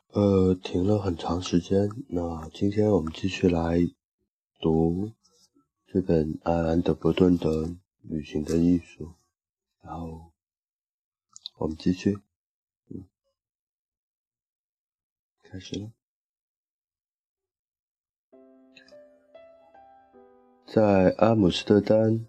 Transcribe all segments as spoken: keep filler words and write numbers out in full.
呃，停了很长时间，那今天我们继续来读这本艾兰·德伯顿的《旅行的艺术》，然后我们继续，嗯，开始了。在阿姆斯特丹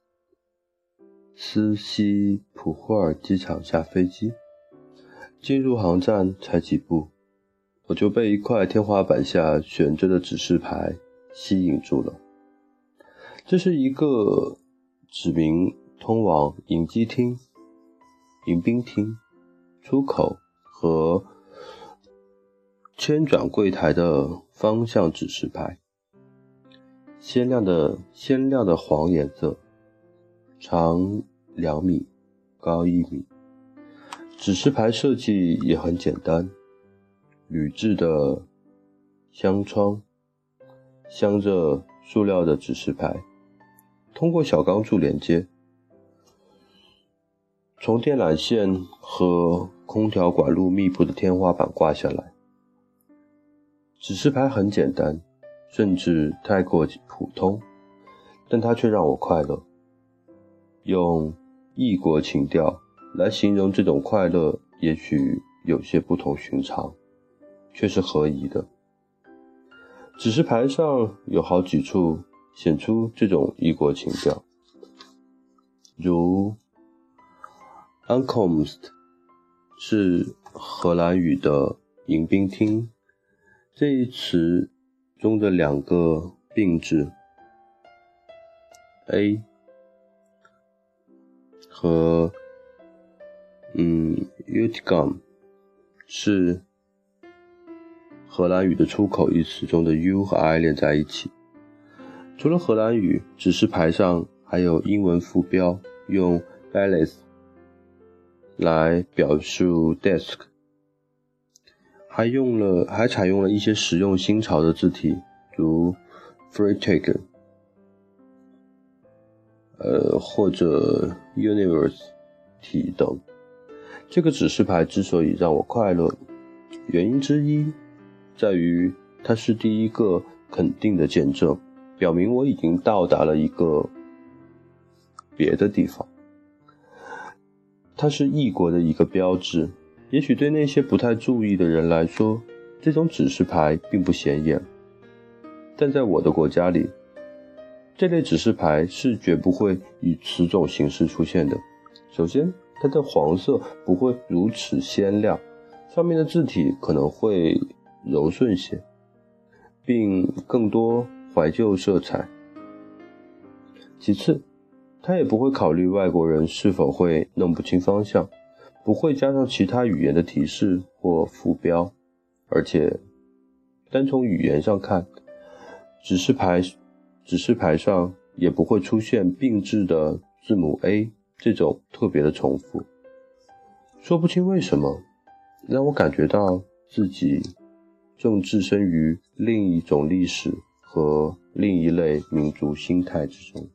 斯希普霍尔机场下飞机，进入航站才几步，我就被一块天花板下悬着的指示牌吸引住了。这是一个指明通往迎机厅、迎宾厅、出口和签转柜台的方向指示牌，鲜亮的鲜亮的黄颜色，长两米，高一米。指示牌设计也很简单，铝制的箱窗镶着塑料的指示牌，通过小钢柱连接，从电缆线和空调管路密布的天花板挂下来。指示牌很简单，甚至太过普通，但它却让我快乐。用异国情调来形容这种快乐，也许有些不同寻常，却是合宜的。指示牌上有好几处显出这种异国情调，如 Aankomst 是荷兰语的迎宾厅，这一词中的两个并字 A 和嗯 Uitgang 是荷兰语的出口一词中的 U 和 I 连在一起。除了荷兰语，指示牌上还有英文副标，用 Ballets 来表述 desk， 还用了还采用了一些实用新潮的字体，如 Freitag 呃或者 University 等。这个指示牌之所以让我快乐，原因之一在于它是第一个肯定的见证，表明我已经到达了一个别的地方。它是异国的一个标志，也许对那些不太注意的人来说，这种指示牌并不显眼，但在我的国家里，这类指示牌是绝不会以此种形式出现的。首先，它的黄色不会如此鲜亮，上面的字体可能会柔顺些，并更多怀旧色彩。其次，他也不会考虑外国人是否会弄不清方向，不会加上其他语言的提示或副标，而且单从语言上看，指示牌指示牌上也不会出现并置的字母 A 这种特别的重复。说不清为什么，让我感觉到自己正置身于另一种历史和另一类民族心态之中。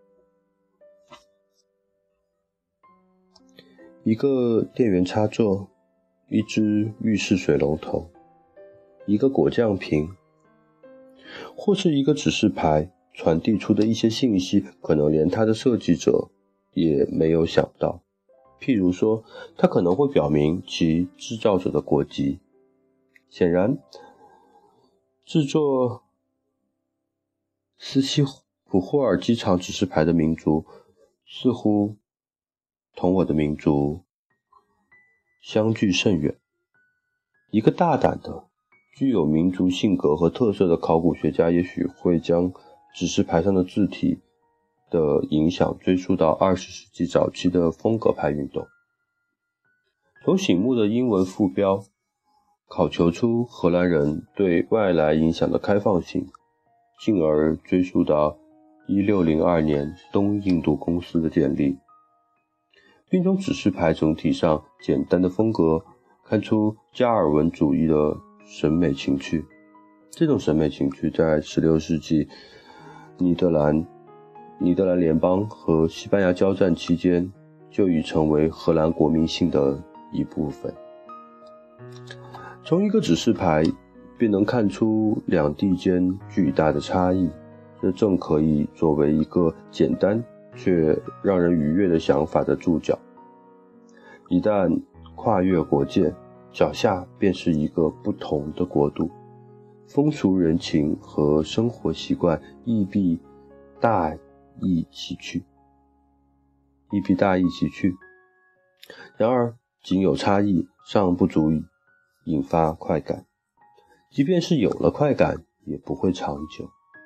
一个电源插座，一只浴室水龙头，一个果酱瓶，或是一个指示牌传递出的一些信息，可能连它的设计者也没有想到。譬如说，它可能会表明其制造者的国籍。显然，制作斯希普霍尔机场指示牌的民族似乎同我的民族相距甚远。一个大胆的、具有民族性格和特色的考古学家也许会将指示牌上的字体的影响追溯到二十世纪早期的风格派运动，从醒目的英文副标考求出荷兰人对外来影响的开放性，进而追溯到一六零二年东印度公司的建立，并从指示牌整体上简单的风格看出加尔文主义的审美情趣。这种审美情趣在十六世纪尼德兰尼德兰联邦和西班牙交战期间就已成为荷兰国民性的一部分。 从一个指示牌便能看出两地间巨大的差异，这正可以作为一个简单却让人愉悦的想法的注脚。一旦跨越国界，脚下便是一个不同的国度，风俗人情和生活习惯亦必大异其趣，亦必大异其趣。然而，仅有差异尚不足以引发快感，即便是有了快感，也不会长久。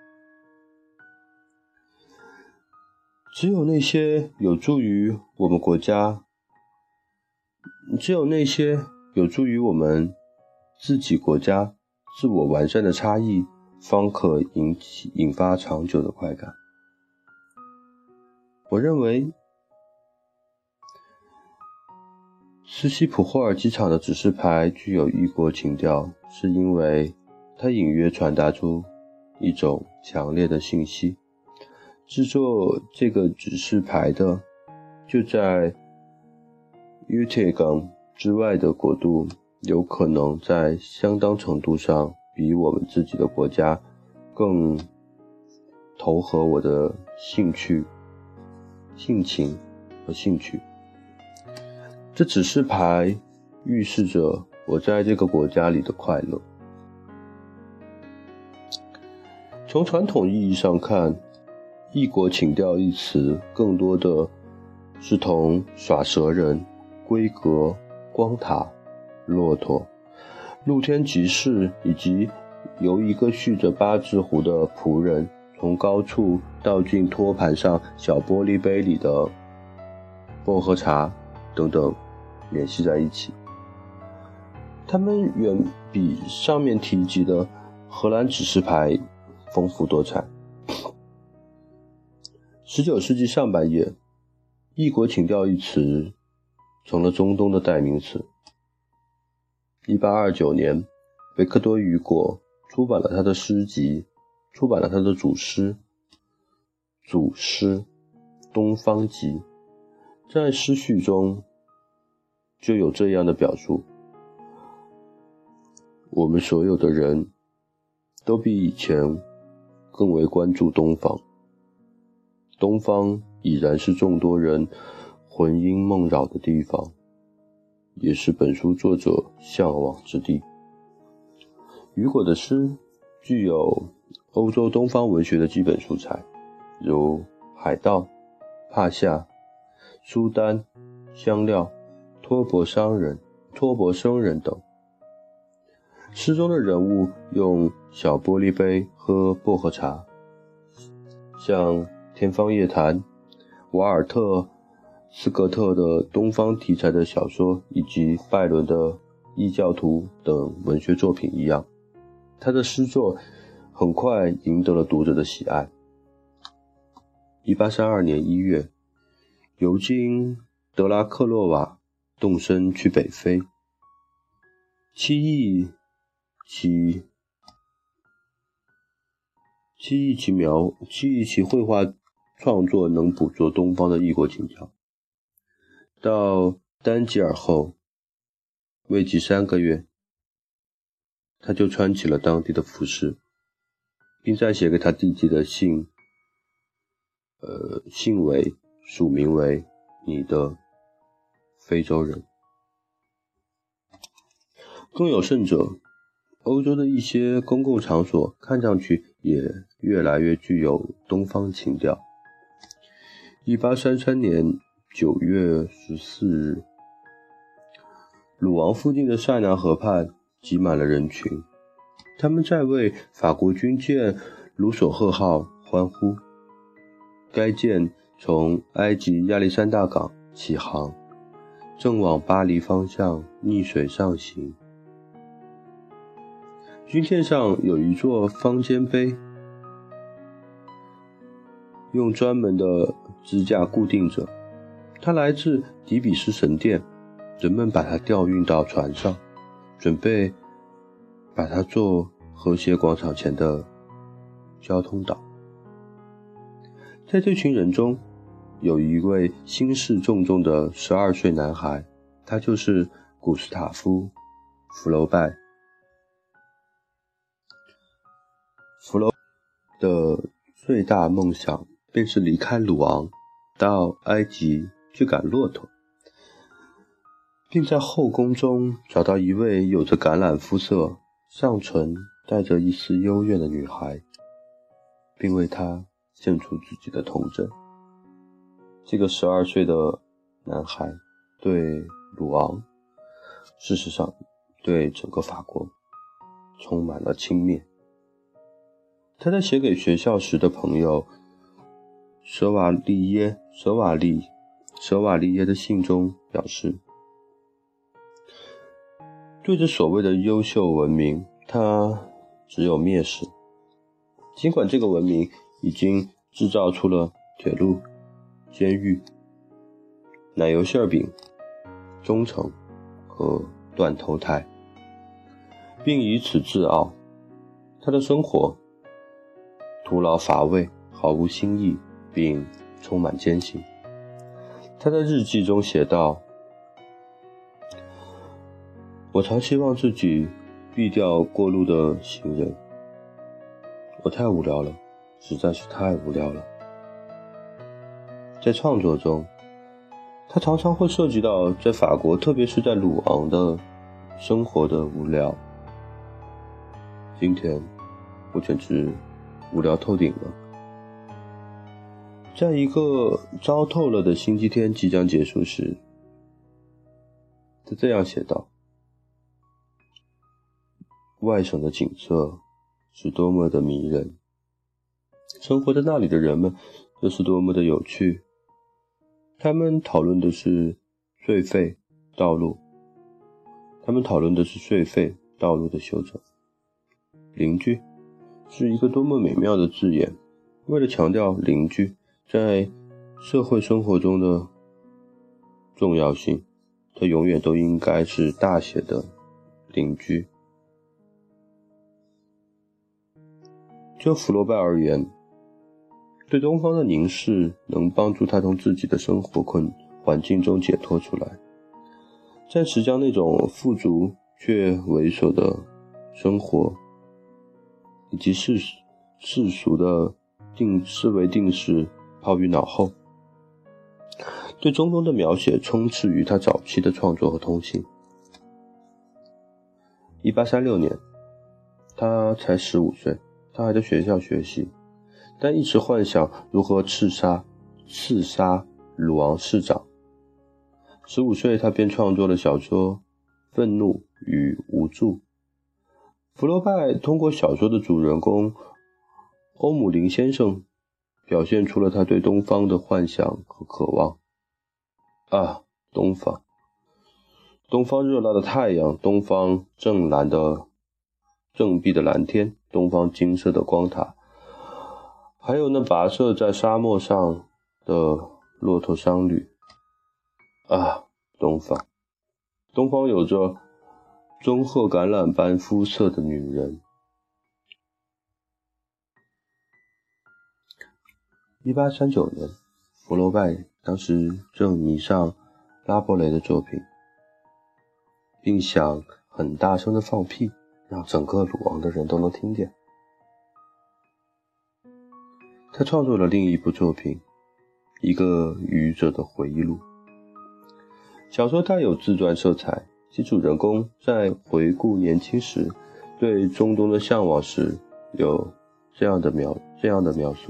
只有那些有助于我们国家，只有那些有助于我们自己国家自我完善的差异，方可引起引发长久的快感。我认为斯希普霍尔机场的指示牌具有异国情调，是因为它隐约传达出一种强烈的信息。制作这个指示牌的就在 U T 港之外的国度，有可能在相当程度上比我们自己的国家更投合我的兴趣、性情和兴趣。这指示牌预示着我在这个国家里的快乐。从传统意义上看，异国情调一词更多的是同耍蛇人、闺阁、光塔、骆驼、露天集市以及由一个蓄着八字胡的仆人从高处倒进托盘上小玻璃杯里的薄荷茶等等联系在一起。它们远比上面提及的荷兰指示牌丰富多彩。十九世纪上半叶，异国情调一词成了中东的代名词。一八二九年，维克多·雨果出版了他的诗集，出版了他的主诗祖诗《东方集》。在诗序中就有这样的表述：我们所有的人都比以前更为关注东方，东方已然是众多人魂萦梦绕的地方，也是本书作者向往之地。雨果的诗具有欧洲东方文学的基本素材，如海盗、帕夏、苏丹、香料、托钵商人、托钵僧人等。诗中的人物用小玻璃杯喝薄荷茶，像天方夜谭、瓦尔特斯格特的东方题材的小说以及拜伦的异教徒等文学作品一样，他的诗作很快赢得了读者的喜爱。一八三二年一月，尤金·德拉克洛瓦动身去北非，期意其期意其描期意其绘画创作能捕捉东方的异国情调。到丹吉尔后，未及三个月，他就穿起了当地的服饰，并在写给他弟弟的信，呃，信为署名为你的非洲人。更有甚者，欧洲的一些公共场所看上去也越来越具有东方情调。一八三三年九月十四日，鲁昂附近的塞纳河畔挤满了人群，他们在为法国军舰卢索赫号欢呼。该舰从埃及亚历山大港起航，正往巴黎方向逆水上行。军舰上有一座方尖碑，用专门的支架固定着，它来自底比斯神殿，人们把它调运到船上，准备把它做和谐广场前的交通岛。在这群人中，有一位心事重重的十二岁男孩，他就是古斯塔夫· 福楼拜。福楼的最大梦想便是离开鲁昂，到埃及去赶骆驼，并在后宫中找到一位有着橄榄肤色、上唇带着一丝幽怨的女孩，并为她献出自己的童贞。这个十二岁的男孩对鲁昂，事实上对整个法国充满了轻蔑。他在写给学校时的朋友舍瓦利耶舍瓦利舍瓦利耶的信中表示，对着所谓的优秀文明，他只有蔑视。尽管这个文明已经制造出了铁路、监狱、奶油馅饼、忠诚和断头台，并以此自傲，他的生活徒劳乏味，毫无新意，并充满艰辛。他在日记中写道，我常希望自己避掉过路的行人，我太无聊了，实在是太无聊了。在创作中，他常常会涉及到在法国，特别是在鲁昂的生活的无聊。今天我简直无聊透顶了。在一个糟透了的星期天即将结束时，他这样写道，外省的景色是多么的迷人，生活在那里的人们又是多么的有趣。他们讨论的是税费、道路，他们讨论的是税费、道路的修整。邻居是一个多么美妙的字眼，为了强调邻居在社会生活中的重要性，它永远都应该是大写的邻居。就福楼拜而言，对东方的凝视能帮助他从自己的生活困环境中解脱出来，暂时将那种富足却猥琐的生活以及世世俗的定视为定式抛于脑后。对中东的描写充斥于他早期的创作和通信。一八三六年，他才十五岁，他还在学校学习，但一直幻想如何刺杀刺杀鲁昂市长。十五岁，他便创作了小说《愤怒与无助》。福楼拜通过小说的主人公欧姆林先生，表现出了他对东方的幻想和渴望。啊，东方，东方热辣的太阳，东方正蓝的正碧的蓝天，东方金色的光塔，还有那跋涉在沙漠上的骆驼商旅。啊，东方，东方有着棕褐橄榄般肤色的女人。一八三九年，福楼拜当时正迷上拉伯雷的作品，并想很大声地放屁，让整个鲁昂的人都能听见。他创作了另一部作品，一个愚者的回忆录。小说带有自传色彩，其主人公在回顾年轻时对中东的向往时，有这样的描这样的描述：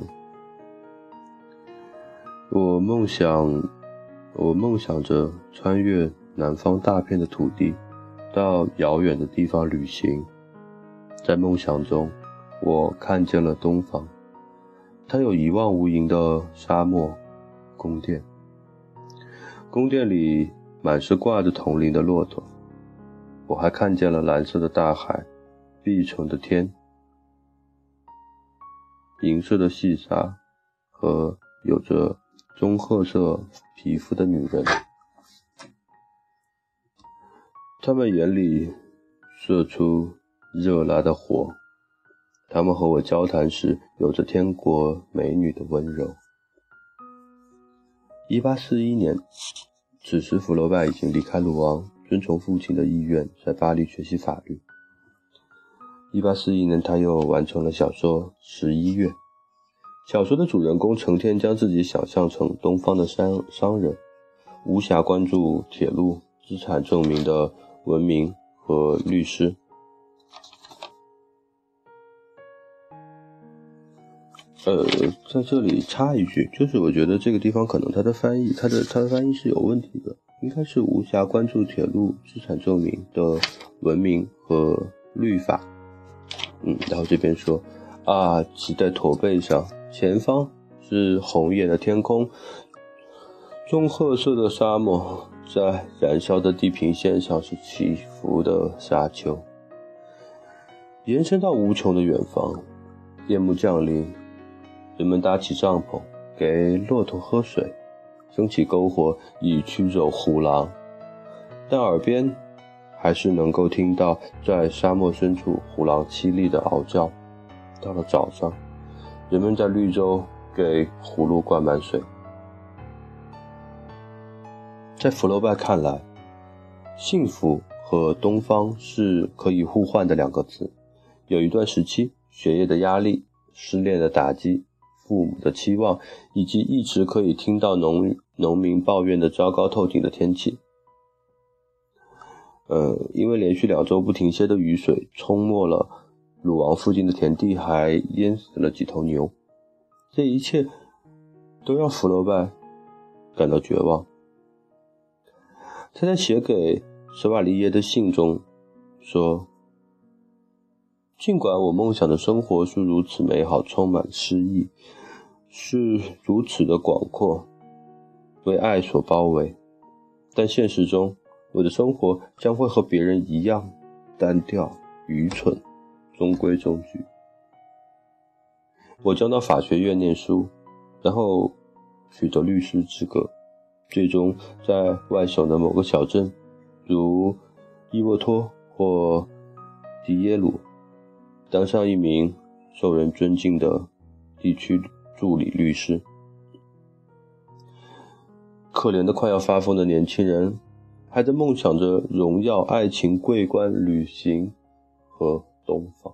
我梦想，我梦想着穿越南方大片的土地，到遥远的地方旅行。在梦想中，我看见了东方，它有一望无垠的沙漠、宫殿，宫殿里满是挂着铜铃的骆驼。我还看见了蓝色的大海、碧橙的天、银色的细沙和有着棕褐色皮肤的女人。他们眼里射出热辣的火，他们和我交谈时有着天国美女的温柔。一八四一年，此时福楼拜已经离开鲁昂， 遵从父亲的意愿，在巴黎学习法律。一八四一年，他又完成了小说《十一月》。小说的主人公成天将自己想象成东方的商商人，无暇关注铁路、资产证明的文明和律师。呃，在这里插一句，就是我觉得这个地方可能它的翻译，它的它的翻译是有问题的，应该是无暇关注铁路、资产证明的文明和律法。嗯，然后这边说啊，骑在驼背上，前方是红叶的天空，棕褐色的沙漠，在燃烧的地平线上是起伏的沙丘，延伸到无穷的远方。夜幕降临，人们搭起帐篷，给骆驼喝水，升起篝火以驱走虎狼，但耳边还是能够听到在沙漠深处虎狼凄厉的嗷叫。到了早上，人们在绿洲给葫芦灌满水。在福楼拜看来，幸福和东方是可以互换的两个词。有一段时期，学业的压力、失恋的打击、父母的期望，以及一直可以听到农农民抱怨的糟糕透顶的天气。呃，因为连续两周不停歇的雨水冲没了鲁昂附近的田地，还淹死了几头牛。这一切都让福楼拜感到绝望。他在写给舍瓦利耶的信中说，尽管我梦想的生活是如此美好，充满诗意，是如此的广阔，为爱所包围，但现实中我的生活将会和别人一样单调、愚蠢、中规中矩。我将到法学院念书，然后取得律师资格，最终在外省的某个小镇，如伊沃托或迪耶鲁，当上一名受人尊敬的地区助理律师。可怜的快要发疯的年轻人，还在梦想着荣耀、爱情、桂冠、旅行和东方。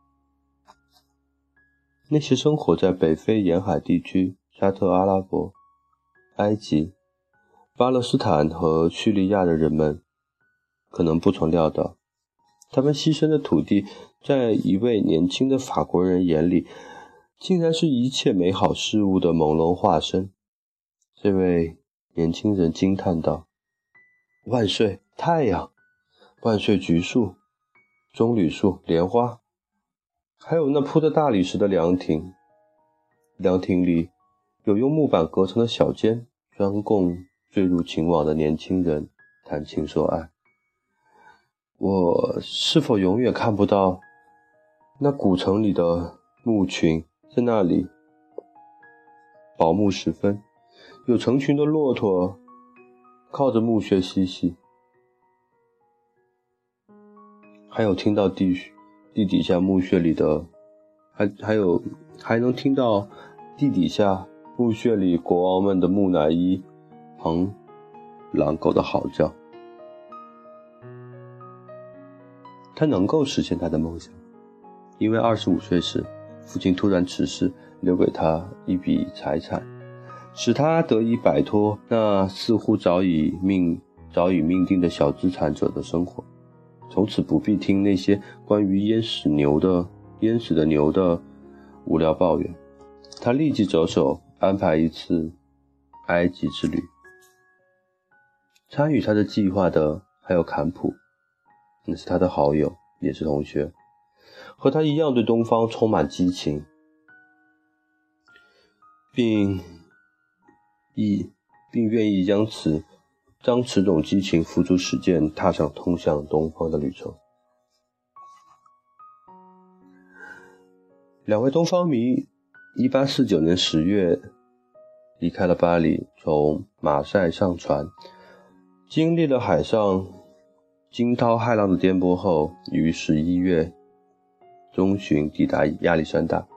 那些生活在北非沿海地区、沙特阿拉伯、埃及、巴勒斯坦和叙利亚的人们，可能不曾料到，他们牺牲的土地，在一位年轻的法国人眼里，竟然是一切美好事物的朦胧化身。这位年轻人惊叹道：万岁太阳，万岁橘树、棕榈树、莲花，还有那铺着大理石的凉亭。凉亭里有用木板隔成的小间，专供坠入情网的年轻人谈情说爱。我是否永远看不到那古城里的牧群？在那里薄暮时分，有成群的骆驼靠着墓穴嬉戏，还有听到地地底下墓穴里的还还有还能听到地底下墓穴里国王们的木乃伊旁狼狗的嚎叫。他能够实现他的梦想，因为二十五岁时父亲突然辞世，留给他一笔财产，使他得以摆脱那似乎早已命早已命定的小资产者的生活，从此不必听那些关于淹死牛的淹死的牛的无聊抱怨。他立即着手安排一次埃及之旅。参与他的计划的还有坎普，那是他的好友，也是同学，和他一样对东方充满激情，并亦并愿意将此将此种激情付诸实践，踏上通向东方的旅程。两位东方迷一八四九年十月离开了巴黎，从马赛上船，经历了海上惊涛骇浪的颠簸后，于十一月中旬抵达亚历山大。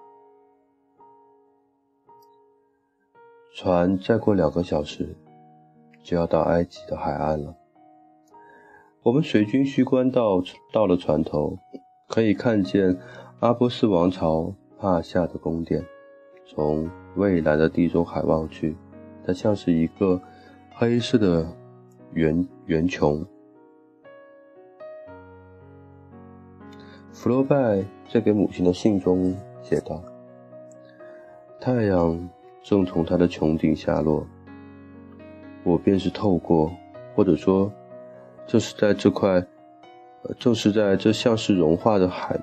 船再过两个小时就要到埃及的海岸了。 我们随军需官到到了船头，可以看见阿波斯王朝帕夏的宫殿。从蔚蓝的地中海望去，它像是一个黑色的圆圆穹。福楼拜在给母亲的信中写道：太阳正从它的穹顶下落，我便是透过，或者说正是在这块正是在这像是融化的海，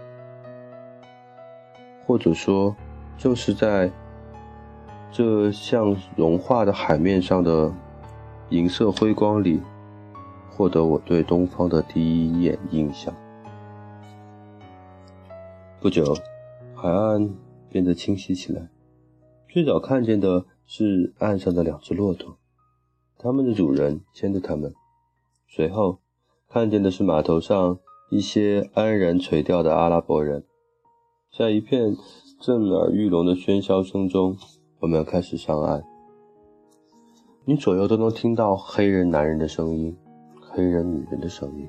或者说正是在这像融化的海面上的银色辉光里，获得我对东方的第一眼印象。不久，海岸变得清晰起来。最早看见的是岸上的两只骆驼，他们的主人牵着它们。随后看见的是码头上一些安然垂钓的阿拉伯人。在一片震耳欲聋的喧嚣声中，我们开始上岸。你左右都能听到黑人男人的声音，黑人女人的声音，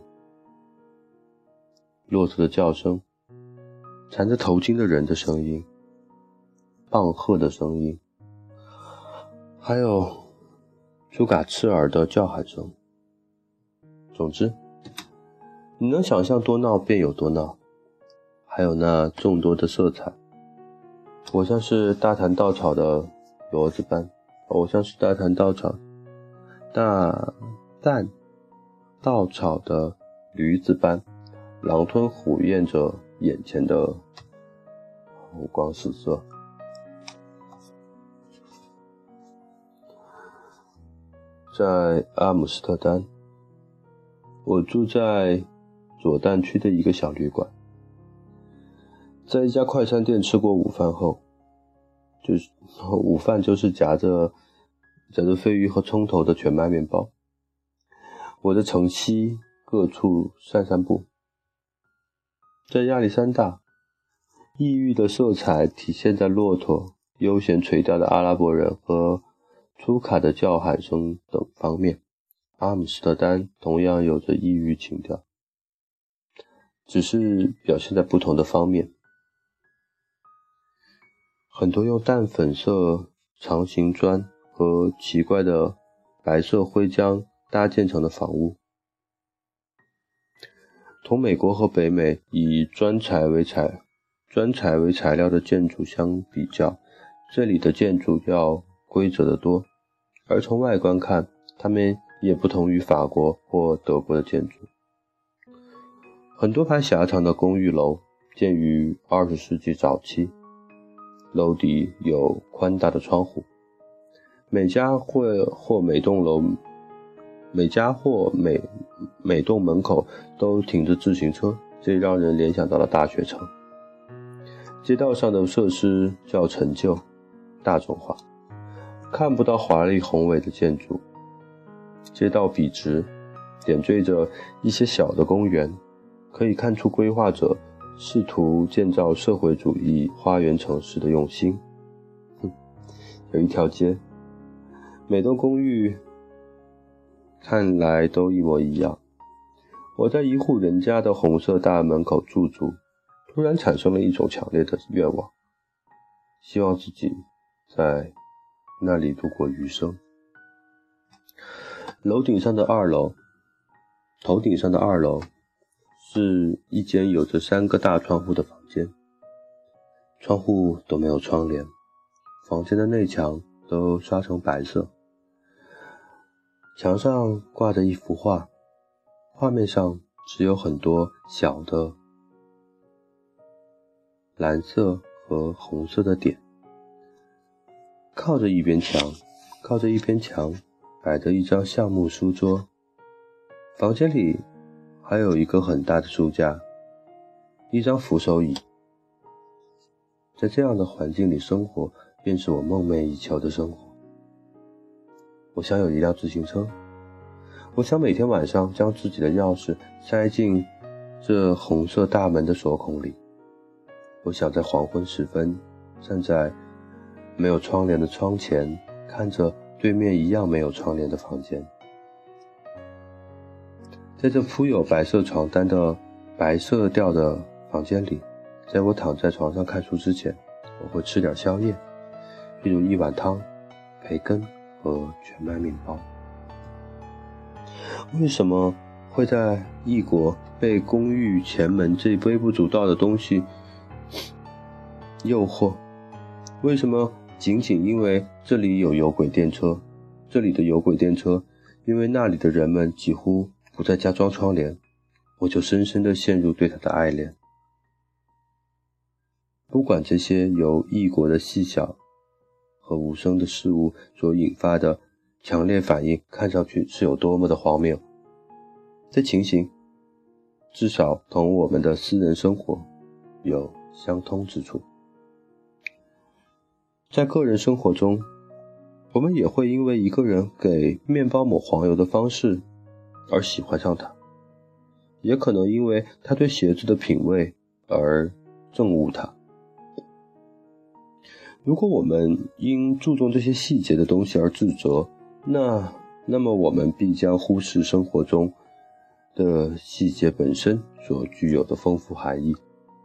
骆驼的叫声，缠着头巾的人的声音，棒喝的声音，还有朱嘎刺耳的叫喊声。总之，你能想象多闹便有多闹。还有那众多的色彩，我像是大潭稻草的骡子般，我像是大潭稻草大蛋稻草的驴子般，狼吞虎咽着眼前的五光十色。在阿姆斯特丹，我住在佐丹区的一个小旅馆。在一家快餐店吃过午饭后，就是午饭就是夹着夹着鲱鱼和葱头的全麦面包。我在城西各处散散步。在亚历山大，异域的色彩体现在骆驼、悠闲垂钓的阿拉伯人和粗卡的叫喊声等方面。阿姆斯特丹同样有着异域情调，只是表现在不同的方面。很多用淡粉色长形砖和奇怪的白色灰浆搭建成的房屋。同美国和北美以砖材为材砖材为材料的建筑相比较，这里的建筑要规则得多，而从外观看，它们也不同于法国或德国的建筑。很多排狭长的公寓楼建于二十世纪早期，楼底有宽大的窗户，每家或或每栋楼每家或每每栋门口都停着自行车，这让人联想到了大学城。街道上的设施较陈旧大众化，看不到华丽宏伟的建筑。街道笔直，点缀着一些小的公园，可以看出规划者试图建造社会主义花园城市的用心。哼，有一条街，每栋公寓看来都一模一样。我在一户人家的红色大门口驻足，突然产生了一种强烈的愿望，希望自己在那里度过余生。楼顶上的二楼，头顶上的二楼是一间有着三个大窗户的房间，窗户都没有窗帘，房间的内墙都刷成白色，墙上挂着一幅画，画面上只有很多小的蓝色和红色的点。靠着一边墙，靠着一边墙摆着一张橡木书桌，房间里还有一个很大的书架，一张扶手椅。在这样的环境里生活，便是我梦寐以求的生活。我想有一辆自行车，我想每天晚上将自己的钥匙塞进这红色大门的锁孔里。我想在黄昏时分，站在没有窗帘的窗前，看着对面一样没有窗帘的房间。 在这铺有白色床单的白色调的房间里，在我躺在床上看书之前，我会吃点宵夜，譬如一碗汤、培根和全麦面包。为什么会在异国被公寓前门这微不足道的东西诱惑？为什么仅仅因为这里有有轨电车，这里的有轨电车，因为那里的人们几乎不再加装窗帘，我就深深地陷入对它的爱恋。不管这些由异国的细小和无声的事物所引发的强烈反应看上去是有多么的荒谬，这情形至少同我们的私人生活有相通之处。在个人生活中，我们也会因为一个人给面包抹黄油的方式而喜欢上他，也可能因为他对鞋子的品味而憎恶他。如果我们因注重这些细节的东西而自责，那那么我们必将忽视生活中的细节本身所具有的丰富含义。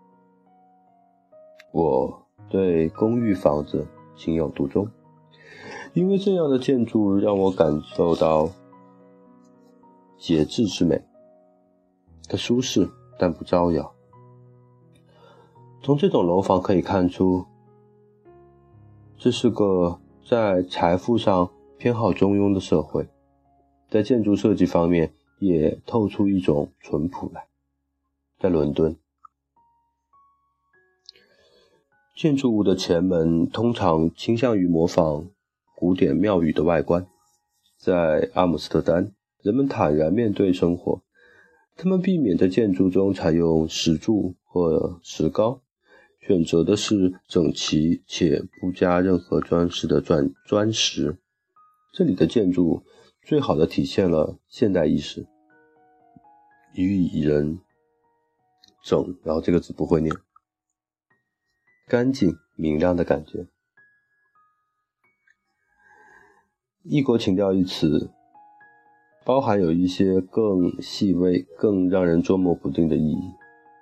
我对公寓房子情有独钟，因为这样的建筑让我感受到节制之美，它舒适但不招摇。从这种楼房可以看出，这是个在财富上偏好中庸的社会，在建筑设计方面也透出一种淳朴来。在伦敦，建筑物的前门通常倾向于模仿古典庙宇的外观。在阿姆斯特丹，人们坦然面对生活，他们避免在建筑中采用石柱或石膏，选择的是整齐且不加任何装饰的砖砖石。这里的建筑最好地体现了现代意识，予以人整，然后这个字不会念，干净明亮的感觉。异国情调一词包含有一些更细微、更让人捉摸不定的意义。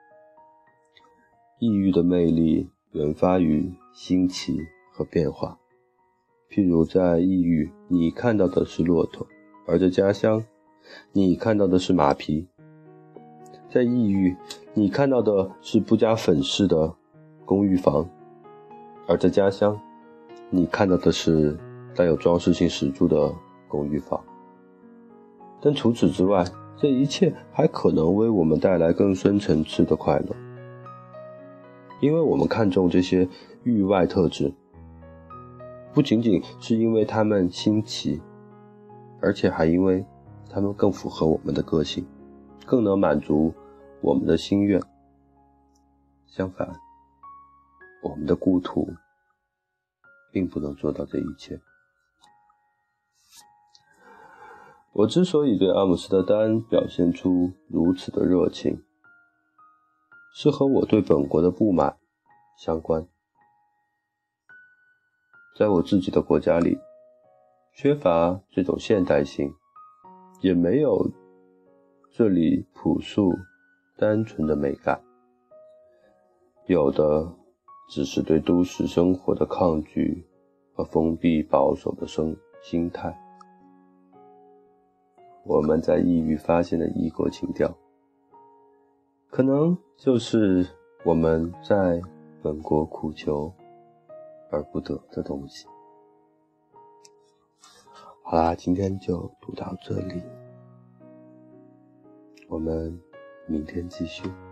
异域的魅力源发于新奇和变化，譬如在异域你看到的是骆驼，而在家乡你看到的是马匹。在异域你看到的是不加粉饰的公寓房，而在家乡你看到的是带有装饰性石柱的公寓房。但除此之外，这一切还可能为我们带来更深层次的快乐，因为我们看重这些域外特质，不仅仅是因为它们新奇，而且还因为它们更符合我们的个性，更能满足我们的心愿。相反，我们的故土并不能做到这一切。我之所以对阿姆斯特丹表现出如此的热情，是和我对本国的不满相关。在我自己的国家里，缺乏这种现代性，也没有这里朴素单纯的美感，有的只是对都市生活的抗拒和封闭保守的生心态。我们在异域发现的异国情调，可能就是我们在本国苦求而不得的东西。好啦，今天就读到这里，我们明天继续。